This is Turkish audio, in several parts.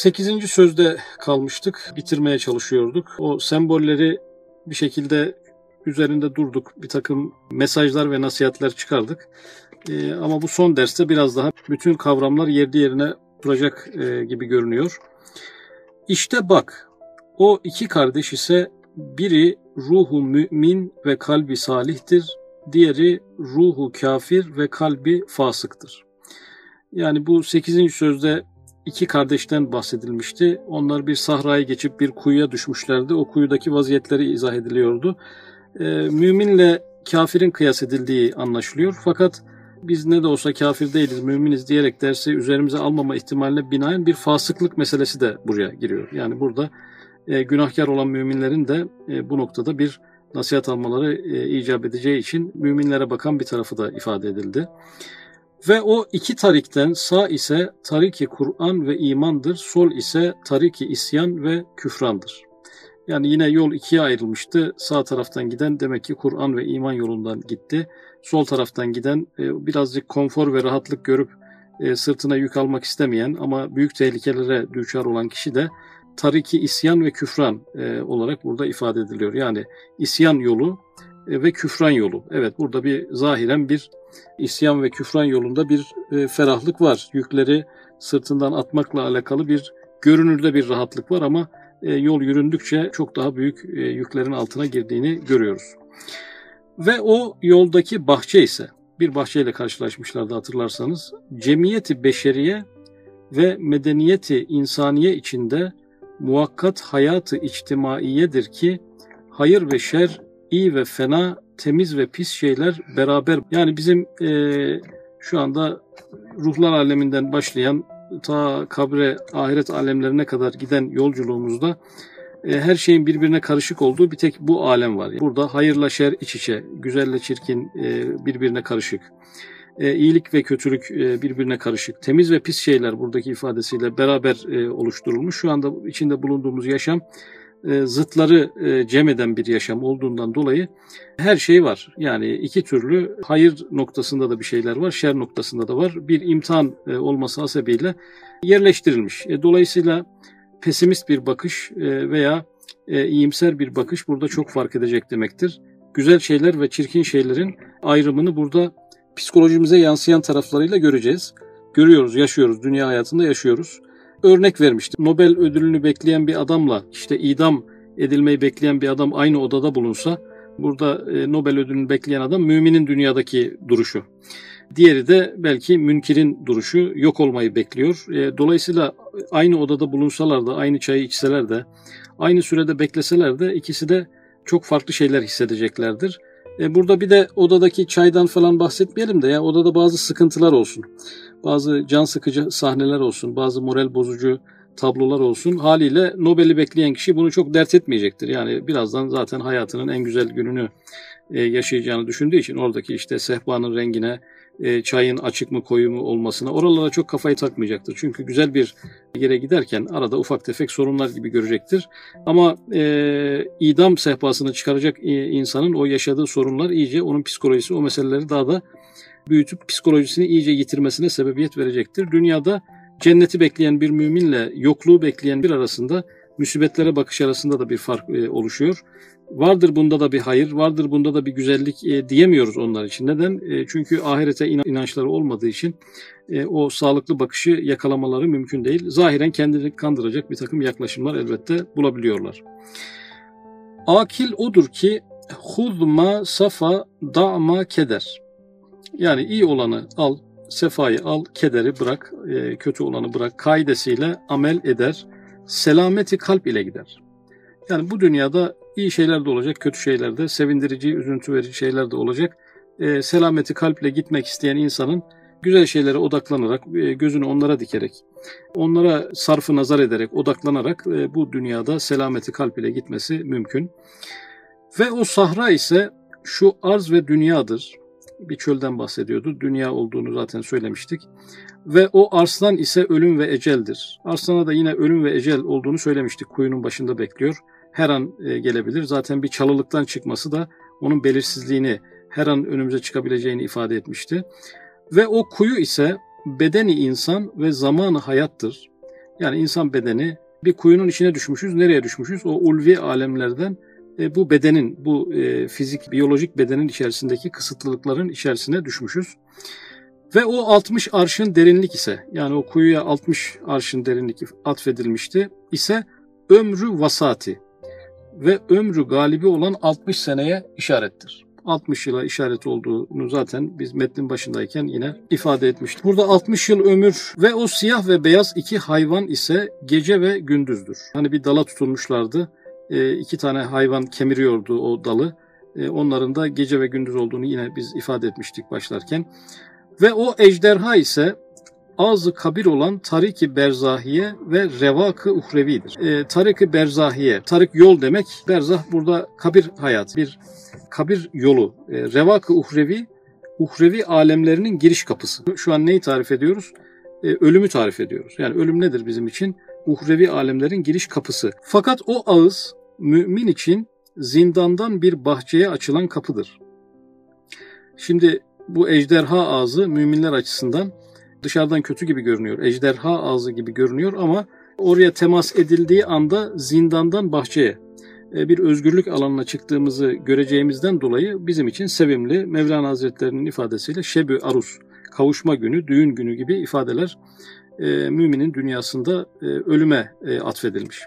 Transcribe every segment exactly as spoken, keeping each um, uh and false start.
sekizinci sözde kalmıştık. Bitirmeye çalışıyorduk. O sembolleri bir şekilde üzerinde durduk. Bir takım mesajlar ve nasihatler çıkardık. Ee, ama bu son derste biraz daha bütün kavramlar yerli yerine duracak e, gibi görünüyor. İşte bak, o iki kardeş ise biri ruhu mümin ve kalbi salihtir, diğeri ruhu kafir ve kalbi fasıktır. Yani bu sekizinci sözde iki kardeşten bahsedilmişti. Onlar bir sahrayı geçip bir kuyuya düşmüşlerdi. O kuyudaki vaziyetleri izah ediliyordu. Ee, müminle kafirin kıyas edildiği anlaşılıyor. Fakat biz ne de olsa kafir değiliz, müminiz diyerek dersi üzerimize almama ihtimaline binaen bir fasıklık meselesi de buraya giriyor. Yani burada e, günahkar olan müminlerin de e, bu noktada bir nasihat almaları e, icap edeceği için müminlere bakan bir tarafı da ifade edildi. Ve o iki tarikten sağ ise tariki Kur'an ve imandır, sol ise tariki isyan ve küfrandır. Yani yine yol ikiye ayrılmıştı. Sağ taraftan giden demek ki Kur'an ve iman yolundan gitti. Sol taraftan giden birazcık konfor ve rahatlık görüp sırtına yük almak istemeyen ama büyük tehlikelere düçar olan kişi de tariki isyan ve küfran olarak burada ifade ediliyor. Yani isyan yolu ve küfran yolu. Evet, burada bir zahiren bir isyan ve küfran yolunda bir ferahlık var. Yükleri sırtından atmakla alakalı bir görünürde bir rahatlık var ama yol yüründükçe çok daha büyük yüklerin altına girdiğini görüyoruz. Ve o yoldaki bahçe ise, bir bahçeyle karşılaşmışlardı hatırlarsanız, cemiyeti beşeriye ve medeniyeti insaniye içinde muakkat hayatı içtimaiyedir ki hayır ve şer, iyi ve fena, temiz ve pis şeyler beraber. Yani bizim e, şu anda ruhlar aleminden başlayan ta kabre, ahiret alemlerine kadar giden yolculuğumuzda e, her şeyin birbirine karışık olduğu bir tek bu alem var. Burada hayırla şer iç içe, güzelle çirkin e, birbirine karışık, e, iyilik ve kötülük e, birbirine karışık, temiz ve pis şeyler buradaki ifadesiyle beraber e, oluşturulmuş. Şu anda içinde bulunduğumuz yaşam e, zıtları e, cem eden bir yaşam olduğundan dolayı her şey var. Yani iki türlü hayır noktasında da bir şeyler var, şer noktasında da var. Bir imtihan e, olması hasebiyle yerleştirilmiş. E, dolayısıyla pesimist bir bakış e, veya e, iyimser bir bakış burada çok fark edecek demektir. Güzel şeyler ve çirkin şeylerin ayrımını burada psikolojimize yansıyan taraflarıyla göreceğiz. Görüyoruz, yaşıyoruz, dünya hayatında yaşıyoruz. Örnek vermiştim. Nobel ödülünü bekleyen bir adamla işte idam edilmeyi bekleyen bir adam aynı odada bulunsa, burada e, Nobel ödülünü bekleyen adam müminin dünyadaki duruşu. Diğeri de belki münkirin duruşu, yok olmayı bekliyor. E, dolayısıyla aynı odada bulunsalar da, aynı çayı içseler de, aynı sürede bekleseler de ikisi de çok farklı şeyler hissedeceklerdir. E, burada bir de odadaki çaydan falan bahsetmeyelim de ya odada bazı sıkıntılar olsun. Bazı can sıkıcı sahneler olsun, bazı moral bozucu tablolar olsun. Haliyle Nobel'i bekleyen kişi bunu çok dert etmeyecektir. Yani birazdan zaten hayatının en güzel gününü e, yaşayacağını düşündüğü için oradaki işte sehpanın rengine, e, çayın açık mı koyu mu olmasına, oralara çok kafayı takmayacaktır. Çünkü güzel bir yere giderken arada ufak tefek sorunlar gibi görecektir. Ama e, idam sehpasını çıkaracak e, insanın o yaşadığı sorunlar iyice onun psikolojisi, o meseleleri daha da büyütüp psikolojisini iyice yitirmesine sebebiyet verecektir. Dünyada cenneti bekleyen bir müminle yokluğu bekleyen bir arasında, musibetlere bakış arasında da bir fark e, oluşuyor. Vardır bunda da bir hayır, vardır bunda da bir güzellik e, diyemiyoruz onlar için. Neden? E, çünkü ahirete inançları olmadığı için e, o sağlıklı bakışı yakalamaları mümkün değil. Zahiren kendini kandıracak bir takım yaklaşımlar elbette bulabiliyorlar. Akil odur ki huzma safa da'ma keder. Yani iyi olanı al, sefayı al, kederi bırak, e, kötü olanı bırak kaidesiyle amel eder, selameti kalp ile gider. Yani bu dünyada iyi şeyler de olacak, kötü şeyler de, sevindirici, üzüntü verici şeyler de olacak. E, selameti kalple gitmek isteyen insanın güzel şeylere odaklanarak, e, gözünü onlara dikerek, onlara sarfı nazar ederek, odaklanarak e, bu dünyada selameti kalp ile gitmesi mümkün. Ve o sahra ise şu arz ve dünyadır. Bir çölden bahsediyordu. Dünya olduğunu zaten söylemiştik. Ve o arslan ise ölüm ve eceldir. Arslana da yine ölüm ve ecel olduğunu söylemiştik. Kuyunun başında bekliyor. Her an gelebilir. Zaten bir çalılıktan çıkması da onun belirsizliğini, her an önümüze çıkabileceğini ifade etmişti. Ve o kuyu ise bedeni insan ve zamanı hayattır. Yani insan bedeni bir kuyunun içine düşmüşüz. Nereye düşmüşüz? O ulvi alemlerden e, bu bedenin, bu e, fizik, biyolojik bedenin içerisindeki kısıtlılıkların içerisine düşmüşüz. Ve o altmış arşın derinlik ise, yani o kuyuya altmış arşın derinlik atfedilmişti ise ömrü vasati ve ömrü galibi olan altmış seneye işarettir. altmış yıla işaret olduğunu zaten biz metnin başındayken yine ifade etmiştik. Burada altmış yıl ömür ve o siyah ve beyaz iki hayvan ise gece ve gündüzdür. Hani bir dala tutulmuşlardı. E, iki tane hayvan kemiriyordu o dalı. E, onların da gece ve gündüz olduğunu yine biz ifade etmiştik başlarken. Ve o ejderha ise ağzı kabir olan Tarik-i Berzahiye ve Revak-ı Uhrevi'dir. E, Tarik-i Berzahiye, Tarik yol demek, Berzah burada kabir hayatı, bir kabir yolu. E, Revak-ı Uhrevi, Uhrevi alemlerinin giriş kapısı. Şu an neyi tarif ediyoruz? E, ölümü tarif ediyoruz. Yani ölüm nedir bizim için? Uhrevi alemlerin giriş kapısı. Fakat o ağız mümin için zindandan bir bahçeye açılan kapıdır. Şimdi bu ejderha ağzı müminler açısından dışarıdan kötü gibi görünüyor. Ejderha ağzı gibi görünüyor ama oraya temas edildiği anda zindandan bahçeye, bir özgürlük alanına çıktığımızı göreceğimizden dolayı bizim için sevimli. Mevlana Hazretleri'nin ifadesiyle şeb-i arus, kavuşma günü, düğün günü gibi ifadeler e, müminin dünyasında e, ölüme e, atfedilmiş.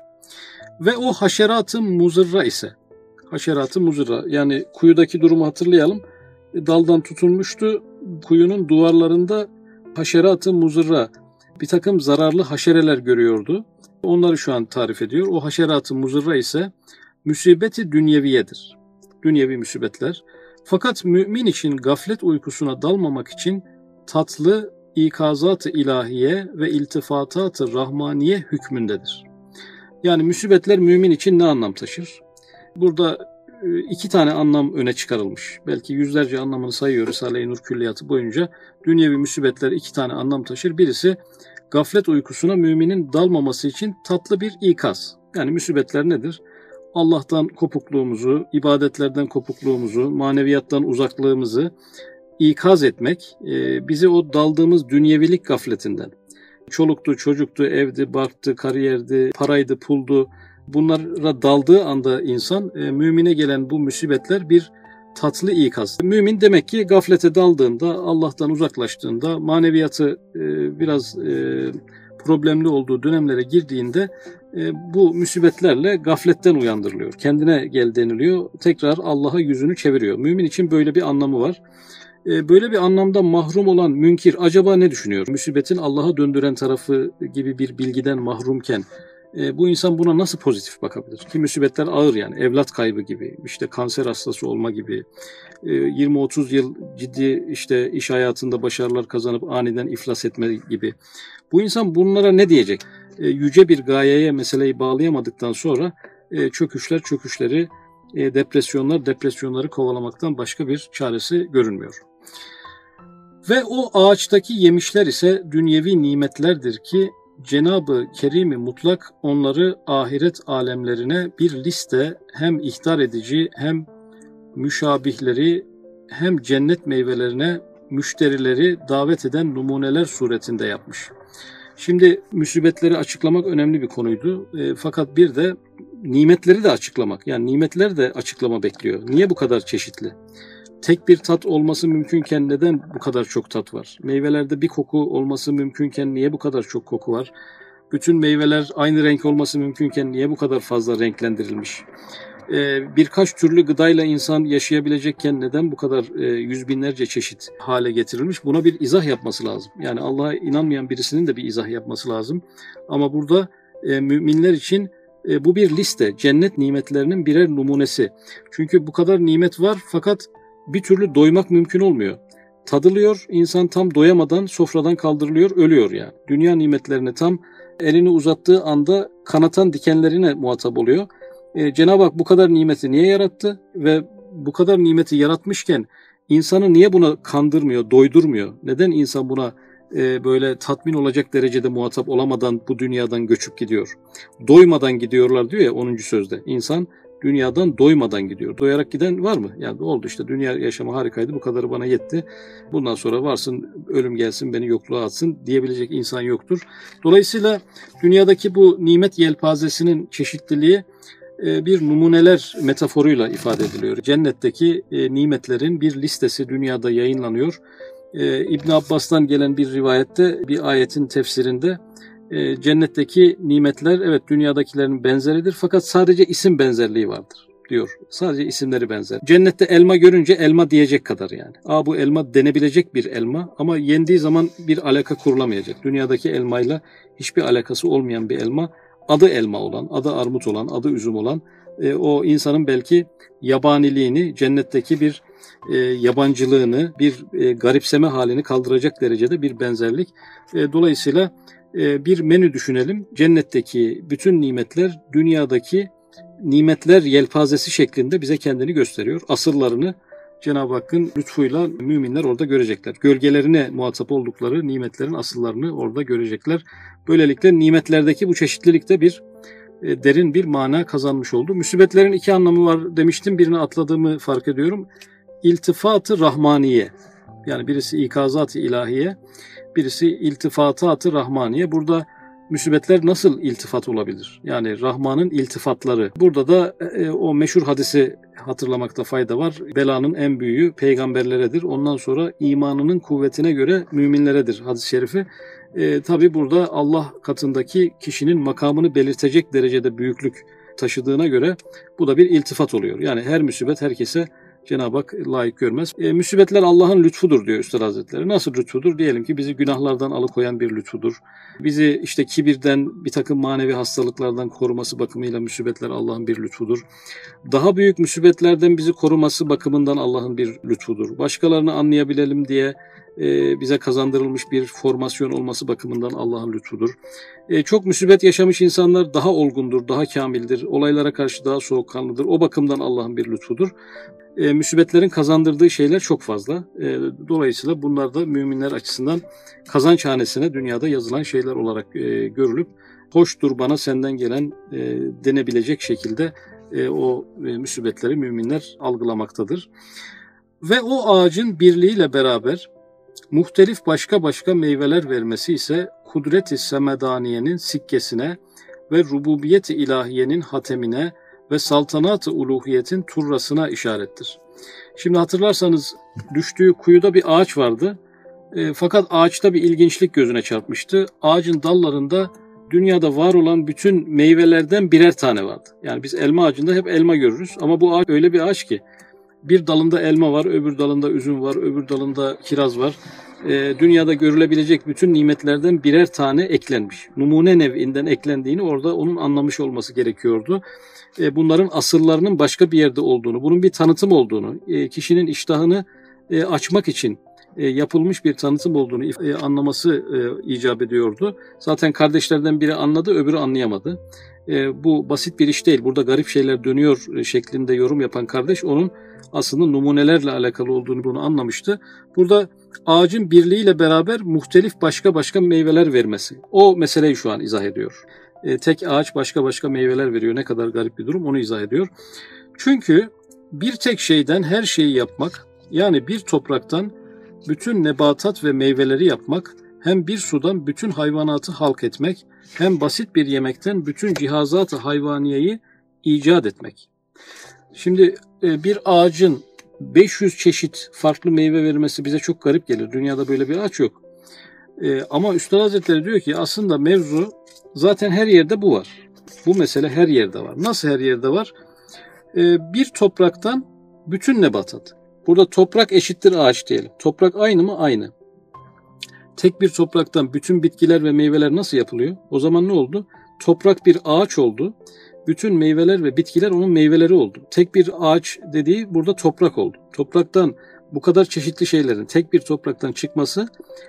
Ve o haşerat-ı muzırra ise, haşerat-ı muzırra, yani kuyudaki durumu hatırlayalım. Daldan tutulmuştu. Kuyunun duvarlarında haşerat-ı muzırra, bir takım zararlı haşereler görüyordu. Onları şu an tarif ediyor. O haşerat-ı muzırra ise musibeti dünyeviyedir. Dünyevi musibetler. Fakat mümin için gaflet uykusuna dalmamak için tatlı ikazat-ı ilahiye ve iltifatat-ı rahmaniye hükmündedir. Yani musibetler mümin için ne anlam taşır? Burada iki tane anlam öne çıkarılmış. Belki yüzlerce anlamını sayıyor Risale-i Nur külliyatı boyunca. Dünyevi musibetler iki tane anlam taşır. Birisi gaflet uykusuna müminin dalmaması için tatlı bir ikaz. Yani musibetler nedir? Allah'tan kopukluğumuzu, ibadetlerden kopukluğumuzu, maneviyattan uzaklığımızı ikaz etmek, bizi o daldığımız dünyevilik gafletinden, çoluktu, çocuktu, evdi, barktı, kariyerdi, paraydı, puldu, bunlara daldığı anda insan, e, mümine gelen bu musibetler bir tatlı ikaz. Mümin demek ki gaflete daldığında, Allah'tan uzaklaştığında, maneviyatı e, biraz e, problemli olduğu dönemlere girdiğinde e, bu musibetlerle gafletten uyandırılıyor. Kendine gel deniliyor, tekrar Allah'a yüzünü çeviriyor. Mümin için böyle bir anlamı var. E, böyle bir anlamda mahrum olan münkir acaba ne düşünüyor? Musibetin Allah'a döndüren tarafı gibi bir bilgiden mahrumken, E, bu insan buna nasıl pozitif bakabilir? Ki musibetler ağır, yani evlat kaybı gibi, işte kanser hastası olma gibi, e, yirmi otuz yıl ciddi işte iş hayatında başarılar kazanıp aniden iflas etme gibi. Bu insan bunlara ne diyecek? E, yüce bir gayeye meseleyi bağlayamadıktan sonra e, çöküşler çöküşleri, e, depresyonlar depresyonları kovalamaktan başka bir çaresi görünmüyor. Ve o ağaçtaki yemişler ise dünyevi nimetlerdir ki Cenab-ı Kerim-i Mutlak onları ahiret alemlerine bir liste hem ihtar edici hem müşabihleri hem cennet meyvelerine müşterileri davet eden numuneler suretinde yapmış. Şimdi musibetleri açıklamak önemli bir konuydu. E, fakat bir de nimetleri de açıklamak, yani nimetler de açıklama bekliyor. Niye bu kadar çeşitli? Tek bir tat olması mümkünken neden bu kadar çok tat var? Meyvelerde bir koku olması mümkünken niye bu kadar çok koku var? Bütün meyveler aynı renk olması mümkünken niye bu kadar fazla renklendirilmiş? Ee, birkaç türlü gıdayla insan yaşayabilecekken neden bu kadar e, yüz binlerce çeşit hale getirilmiş? Buna bir izah yapması lazım. Yani Allah'a inanmayan birisinin de bir izah yapması lazım. Ama burada e, müminler için e, bu bir liste, cennet nimetlerinin birer numunesi. Çünkü bu kadar nimet var fakat bir türlü doymak mümkün olmuyor. Tadılıyor, insan tam doyamadan sofradan kaldırılıyor, ölüyor yani. Dünya nimetlerini tam elini uzattığı anda kanatan dikenlerine muhatap oluyor. Ee, Cenab-ı Hak bu kadar nimeti niye yarattı? Ve bu kadar nimeti yaratmışken insanı niye buna kandırmıyor, doydurmuyor? Neden insan buna e, böyle tatmin olacak derecede muhatap olamadan bu dünyadan göçüp gidiyor? Doymadan gidiyorlar diyor ya onuncu sözde. İnsan dünyadan doymadan gidiyor. Doyarak giden var mı? Yani oldu işte, dünya yaşamı harikaydı, bu kadarı bana yetti. Bundan sonra varsın ölüm gelsin beni yokluğa atsın diyebilecek insan yoktur. Dolayısıyla dünyadaki bu nimet yelpazesinin çeşitliliği bir numuneler metaforuyla ifade ediliyor. Cennetteki nimetlerin bir listesi dünyada yayınlanıyor. İbn Abbas'tan gelen bir rivayette, bir ayetin tefsirinde cennetteki nimetler evet dünyadakilerin benzeridir fakat sadece isim benzerliği vardır diyor. Sadece isimleri benzer. Cennette elma görünce elma diyecek kadar yani. Aa bu elma denebilecek bir elma ama yendiği zaman bir alaka kurulamayacak. Dünyadaki elmayla hiçbir alakası olmayan bir elma. Adı elma olan, adı armut olan, adı üzüm olan e, o insanın belki yabaniliğini, cennetteki bir e, yabancılığını, bir e, garipseme halini kaldıracak derecede bir benzerlik. E, dolayısıyla e, bir menü düşünelim. Cennetteki bütün nimetler dünyadaki nimetler yelpazesi şeklinde bize kendini gösteriyor. Asırlarını Cenab-ı Hakk'ın lütfuyla müminler orada görecekler. Gölgelerine muhatap oldukları nimetlerin asıllarını orada görecekler. Böylelikle nimetlerdeki bu çeşitlilikte bir e, derin bir mana kazanmış oldu. Müsibetlerin iki anlamı var demiştim. Birini atladığımı fark ediyorum. İltifat-ı Rahmaniye. Yani birisi ikazat-ı ilahiye, birisi iltifatat-ı Rahmaniye. Burada müsibetler nasıl iltifat olabilir? Yani Rahman'ın iltifatları. Burada da e, o meşhur hadisi hatırlamakta fayda var. Belanın en büyüğü peygamberleredir. Ondan sonra imanının kuvvetine göre müminleredir hadis-i şerifi. E, Tabi burada Allah katındaki kişinin makamını belirtecek derecede büyüklük taşıdığına göre bu da bir iltifat oluyor. Yani her musibet herkese Cenab-ı Hak layık görmez. E, musibetler Allah'ın lütfudur diyor Üstad Hazretleri. Nasıl lütfudur? Diyelim ki bizi günahlardan alıkoyan bir lütfudur. Bizi işte kibirden, bir takım manevi hastalıklardan koruması bakımıyla musibetler Allah'ın bir lütfudur. Daha büyük musibetlerden bizi koruması bakımından Allah'ın bir lütfudur. Başkalarını anlayabilelim diye e, bize kazandırılmış bir formasyon olması bakımından Allah'ın lütfudur. E, çok musibet yaşamış insanlar daha olgundur, daha kamildir. Olaylara karşı daha soğukkanlıdır. O bakımdan Allah'ın bir lütfudur. E, musibetlerin kazandırdığı şeyler çok fazla. E, dolayısıyla bunlar da müminler açısından kazanç hanesine dünyada yazılan şeyler olarak e, görülüp hoştur bana senden gelen e, denebilecek şekilde e, o e, musibetleri müminler algılamaktadır. Ve o ağacın birliğiyle beraber muhtelif başka başka meyveler vermesi ise kudret-i semedaniyenin sikkesine ve rububiyet-i ilahiyenin hatemine ve saltanat-ı uluhiyetin turrasına işarettir. Şimdi hatırlarsanız düştüğü kuyuda bir ağaç vardı. E, fakat ağaçta bir ilginçlik gözüne çarpmıştı. Ağacın dallarında dünyada var olan bütün meyvelerden birer tane vardı. Yani biz elma ağacında hep elma görürüz ama bu ağaç öyle bir ağaç ki bir dalında elma var, öbür dalında üzüm var, öbür dalında kiraz var. E, dünyada görülebilecek bütün nimetlerden birer tane eklenmiş. Numune nev'inden eklendiğini orada onun anlamış olması gerekiyordu. E, bunların asıllarının başka bir yerde olduğunu, bunun bir tanıtım olduğunu, e, kişinin iştahını e, açmak için e, yapılmış bir tanıtım olduğunu e, anlaması e, icap ediyordu. Zaten kardeşlerden biri anladı, öbürü anlayamadı. E, bu basit bir iş değil. Burada garip şeyler dönüyor e, şeklinde yorum yapan kardeş onun aslında numunelerle alakalı olduğunu bunu anlamıştı. Burada ağacın birliğiyle beraber muhtelif başka başka meyveler vermesi. O meseleyi şu an izah ediyor. E, tek ağaç başka başka meyveler veriyor. Ne kadar garip bir durum onu izah ediyor. Çünkü bir tek şeyden her şeyi yapmak, yani bir topraktan bütün nebatat ve meyveleri yapmak, hem bir sudan bütün hayvanatı halk etmek, hem basit bir yemekten bütün cihazat-ı hayvaniyeyi icat etmek. Şimdi e, bir ağacın beş yüz çeşit farklı meyve vermesi bize çok garip gelir. Dünyada böyle bir ağaç yok. E, ama Üstad Hazretleri diyor ki aslında mevzu zaten her yerde bu var. Bu mesele her yerde var. Nasıl her yerde var? E, bir topraktan bütün nebatat. Burada toprak eşittir ağaç diyelim. Toprak aynı mı? Aynı. Tek bir topraktan bütün bitkiler ve meyveler nasıl yapılıyor? O zaman ne oldu? Toprak bir ağaç oldu. Bütün meyveler ve bitkiler onun meyveleri oldu. Tek bir ağaç dediği burada toprak oldu. Topraktan bu kadar çeşitli şeylerin tek bir topraktan çıkması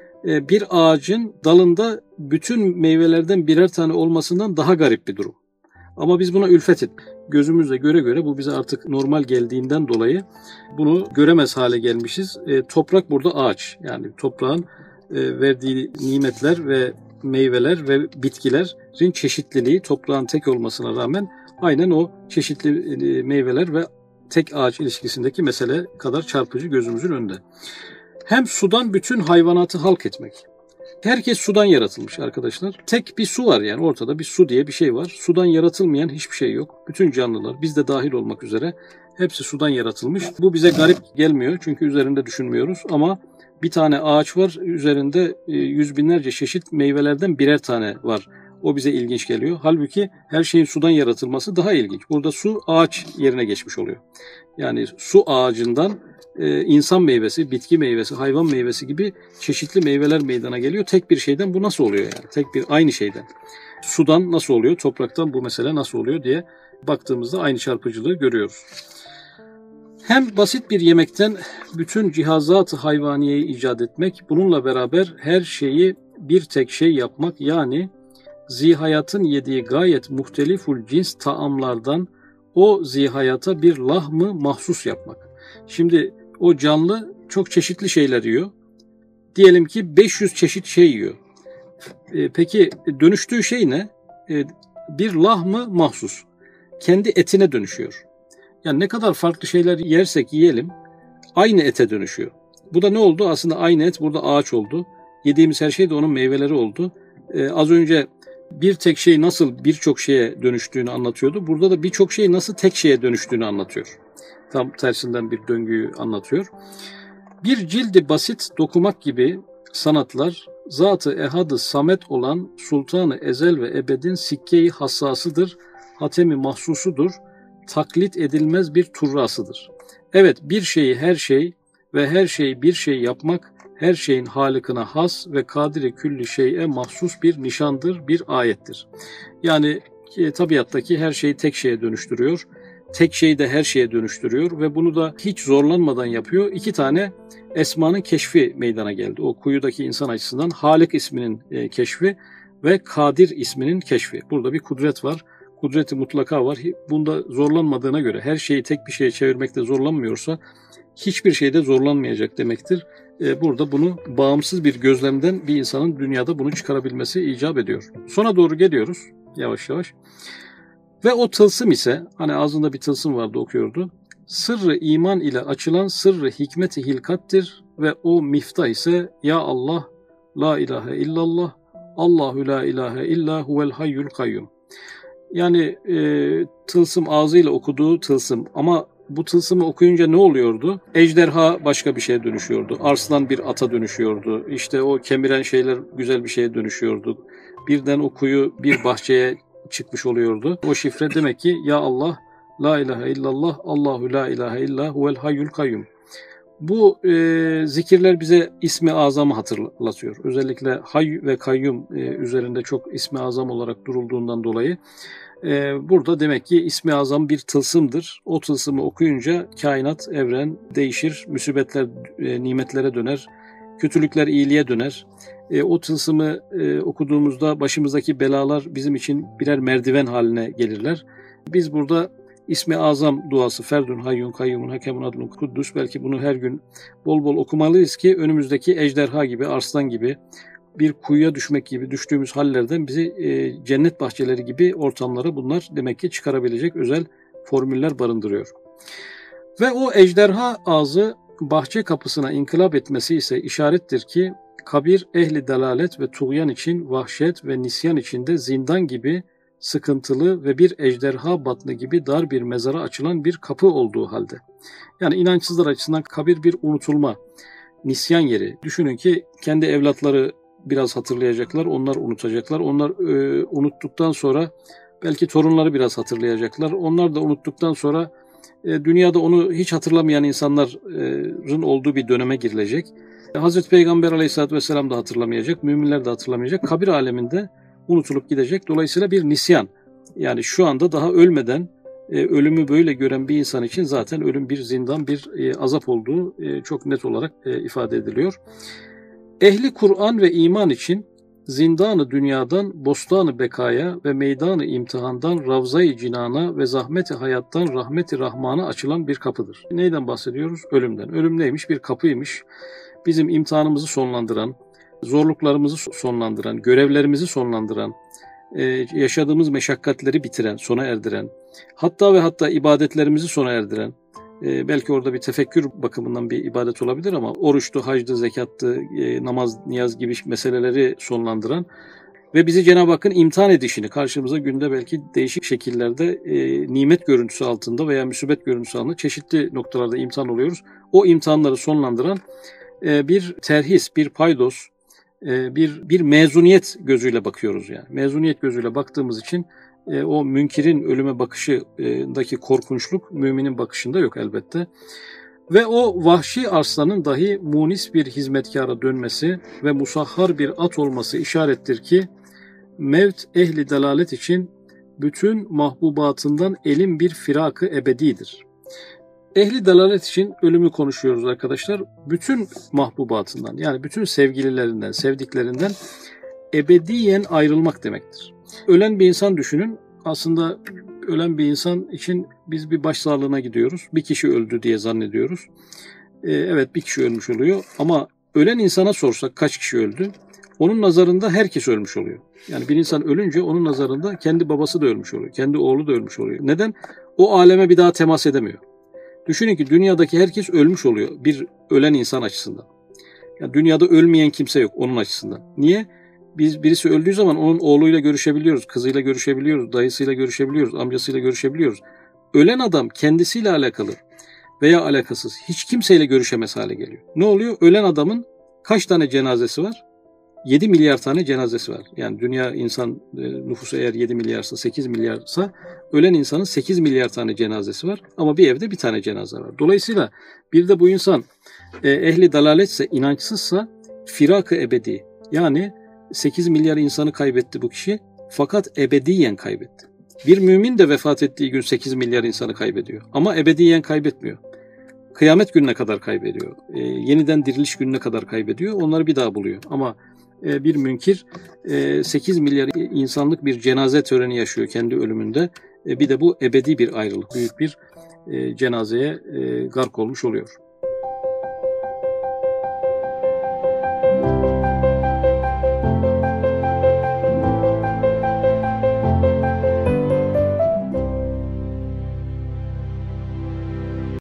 bir ağacın dalında bütün meyvelerden birer tane olmasından daha garip bir durum. Ama biz buna ülfet ettik. Gözümüzle göre göre bu bize artık normal geldiğinden dolayı bunu göremez hale gelmişiz. E, toprak burada ağaç. Yani toprağın e, verdiği nimetler ve meyveler ve bitkilerin çeşitliliği toprağın tek olmasına rağmen aynen o çeşitli meyveler ve tek ağaç ilişkisindeki mesele kadar çarpıcı gözümüzün önünde. Hem sudan bütün hayvanatı halk etmek. Herkes sudan yaratılmış arkadaşlar. Tek bir su var, yani ortada bir su diye bir şey var. Sudan yaratılmayan hiçbir şey yok. Bütün canlılar, biz de dahil olmak üzere, hepsi sudan yaratılmış. Bu bize garip gelmiyor çünkü üzerinde düşünmüyoruz, ama bir tane ağaç var, üzerinde yüz binlerce çeşit meyvelerden birer tane var. O bize ilginç geliyor. Halbuki her şeyin sudan yaratılması daha ilginç. Burada su ağaç yerine geçmiş oluyor. Yani su ağacından e, insan meyvesi, bitki meyvesi, hayvan meyvesi gibi çeşitli meyveler meydana geliyor. Tek bir şeyden bu nasıl oluyor yani? Tek bir aynı şeyden. Sudan nasıl oluyor? Topraktan bu mesele nasıl oluyor diye baktığımızda aynı çarpıcılığı görüyoruz. Hem basit bir yemekten bütün cihazat-ı hayvaniyeyi icat etmek, bununla beraber her şeyi bir tek şey yapmak, yani zihayatın yediği gayet muhteliful cins taamlardan o zihayata bir lahmı mahsus yapmak. Şimdi o canlı çok çeşitli şeyler yiyor. Diyelim ki beş yüz çeşit şey yiyor. E, peki dönüştüğü şey ne? E, bir lahmı mahsus. Kendi etine dönüşüyor. Yani ne kadar farklı şeyler yersek yiyelim aynı ete dönüşüyor. Bu da ne oldu? Aslında aynı et burada ağaç oldu. Yediğimiz her şey de onun meyveleri oldu. Ee, az önce bir tek şey nasıl birçok şeye dönüştüğünü anlatıyordu. Burada da birçok şey nasıl tek şeye dönüştüğünü anlatıyor. Tam tersinden bir döngüyü anlatıyor. Bir cildi basit dokumak gibi sanatlar zat-ı ehad-ı samet olan Sultan-ı Ezel ve Ebed'in sikke-i hassasıdır, hatemi mahsusudur, taklit edilmez bir turrasıdır. Evet, bir şeyi her şey ve her şeyi bir şey yapmak, her şeyin halikine has ve kadiri külli şeye mahsus bir nişandır, bir ayettir. Yani e, tabiattaki her şeyi tek şeye dönüştürüyor, tek şeyi de her şeye dönüştürüyor ve bunu da hiç zorlanmadan yapıyor. İki tane esmanın keşfi meydana geldi. O kuyudaki insan açısından Halik isminin e, keşfi ve Kadir isminin keşfi. Burada bir kudret var. Kudreti mutlaka var. Bunda zorlanmadığına göre, her şeyi tek bir şeye çevirmekte zorlanmıyorsa hiçbir şeyde zorlanmayacak demektir. Burada bunu bağımsız bir gözlemden bir insanın dünyada bunu çıkarabilmesi icap ediyor. Sona doğru geliyoruz yavaş yavaş. Ve o tılsım ise, hani ağzında bir tılsım vardı okuyordu. Sırrı iman ile açılan sırrı hikmeti hilkattir ve o miftah ise ya Allah, la ilahe illallah, Allahu la ilahe illa huvel hayyul kayyum. Yani e, tılsım, ağzıyla okuduğu tılsım, ama bu tılsımı okuyunca ne oluyordu? Ejderha başka bir şeye dönüşüyordu. Arslan bir ata dönüşüyordu. İşte o kemiren şeyler güzel bir şeye dönüşüyordu. Birden o kuyu bir bahçeye çıkmış oluyordu. O şifre demek ki ya Allah, la ilahe illallah, Allahu la ilahe illa huvel hayyul kayyum. Bu e, zikirler bize ismi azamı hatırlatıyor. Özellikle hay ve kayyum e, üzerinde çok ismi azam olarak durulduğundan dolayı e, burada demek ki ismi azam bir tılsımdır. O tılsımı okuyunca kainat, evren değişir, musibetler e, nimetlere döner, kötülükler iyiliğe döner. E, o tılsımı e, okuduğumuzda başımızdaki belalar bizim için birer merdiven haline gelirler. Biz burada İsmi azam duası, Ferdun, Hayyun, Kayyumun, Hakemun, Adlun, Kuddus, belki bunu her gün bol bol okumalıyız ki önümüzdeki ejderha gibi, arslan gibi, bir kuyuya düşmek gibi düştüğümüz hallerden bizi e, cennet bahçeleri gibi ortamlara bunlar demek ki çıkarabilecek özel formüller barındırıyor. Ve o ejderha ağzı bahçe kapısına inkılap etmesi ise işarettir ki kabir ehli dalalet ve tuğyan için vahşet ve nisyan içinde zindan gibi sıkıntılı ve bir ejderha batını gibi dar bir mezara açılan bir kapı olduğu halde. Yani inançsızlar açısından kabir bir unutulma, nisyan yeri. Düşünün ki kendi evlatları biraz hatırlayacaklar, onlar unutacaklar. Onlar e, unuttuktan sonra belki torunları biraz hatırlayacaklar. Onlar da unuttuktan sonra e, dünyada onu hiç hatırlamayan insanların olduğu bir döneme girilecek. Hazreti Peygamber Aleyhisselatü Vesselam da hatırlamayacak, müminler de hatırlamayacak. Kabir aleminde unutulup gidecek. Dolayısıyla bir nisyan. Yani şu anda daha ölmeden e, ölümü böyle gören bir insan için zaten ölüm bir zindan, bir e, azap olduğu e, çok net olarak e, ifade ediliyor. Ehli Kur'an ve iman için zindanı dünyadan bostanı bekaya ve meydanı imtihandan ravza-i cinana ve zahmeti hayattan rahmeti rahmana açılan bir kapıdır. Neyden bahsediyoruz? Ölümden. Ölüm neymiş? Bir kapıymış. Bizim imtihanımızı sonlandıran, zorluklarımızı sonlandıran, görevlerimizi sonlandıran, yaşadığımız meşakkatleri bitiren, sona erdiren, hatta ve hatta ibadetlerimizi sona erdiren, e, belki orada bir tefekkür bakımından bir ibadet olabilir ama oruçtu, hacdı, zekattı, e, namaz, niyaz gibi meseleleri sonlandıran ve bizi Cenab-ı Hakk'ın imtihan edişini, karşımıza günde belki değişik şekillerde e, nimet görüntüsü altında veya musibet görüntüsü altında çeşitli noktalarda imtihan oluyoruz. O imtihanları sonlandıran e, bir terhis, bir paydos, e, bir bir mezuniyet gözüyle bakıyoruz yani. Mezuniyet gözüyle baktığımız için e, o münkirin ölüme bakışındaki korkunçluk müminin bakışında yok elbette. Ve o vahşi arslanın dahi munis bir hizmetkara dönmesi ve musahhar bir at olması işarettir ki mevt ehli delalet için bütün mahbubatından elin bir firakı ebedidir. Ehli delalet için ölümü konuşuyoruz arkadaşlar. Bütün mahbubatından yani bütün sevgililerinden, sevdiklerinden ebediyen ayrılmak demektir. Ölen bir insan düşünün. Aslında ölen bir insan için biz bir başsağlığına gidiyoruz. Bir kişi öldü diye zannediyoruz. Ee, evet bir kişi ölmüş oluyor ama ölen insana sorsak kaç kişi öldü? Onun nazarında herkes ölmüş oluyor. Yani bir insan ölünce onun nazarında kendi babası da ölmüş oluyor. Kendi oğlu da ölmüş oluyor. Neden? O aleme bir daha temas edemiyor. Düşünün ki dünyadaki herkes ölmüş oluyor bir ölen insan açısından. Yani dünyada ölmeyen kimse yok onun açısından. Niye? Biz birisi öldüğü zaman onun oğluyla görüşebiliyoruz, kızıyla görüşebiliyoruz, dayısıyla görüşebiliyoruz, amcasıyla görüşebiliyoruz. Ölen adam kendisiyle alakalı veya alakasız hiç kimseyle görüşemez hale geliyor. Ne oluyor? Ölen adamın kaç tane cenazesi var? yedi milyar tane cenazesi var. Yani dünya insan nüfusu eğer yedi milyarsa, sekiz milyarsa ölen insanın sekiz milyar tane cenazesi var. Ama bir evde bir tane cenaze var. Dolayısıyla bir de bu insan ehli dalaletse, inançsızsa firak-ı ebedi. Yani sekiz milyar insanı kaybetti bu kişi fakat ebediyen kaybetti. Bir mümin de vefat ettiği gün sekiz milyar insanı kaybediyor. Ama ebediyen kaybetmiyor. Kıyamet gününe kadar kaybediyor. E, yeniden diriliş gününe kadar kaybediyor. Onları bir daha buluyor. Ama e, bir münkir e, sekiz milyar insanlık bir cenaze töreni yaşıyor kendi ölümünde. E, bir de bu ebedi bir ayrılık. Büyük bir e, cenazeye e, gark olmuş oluyor.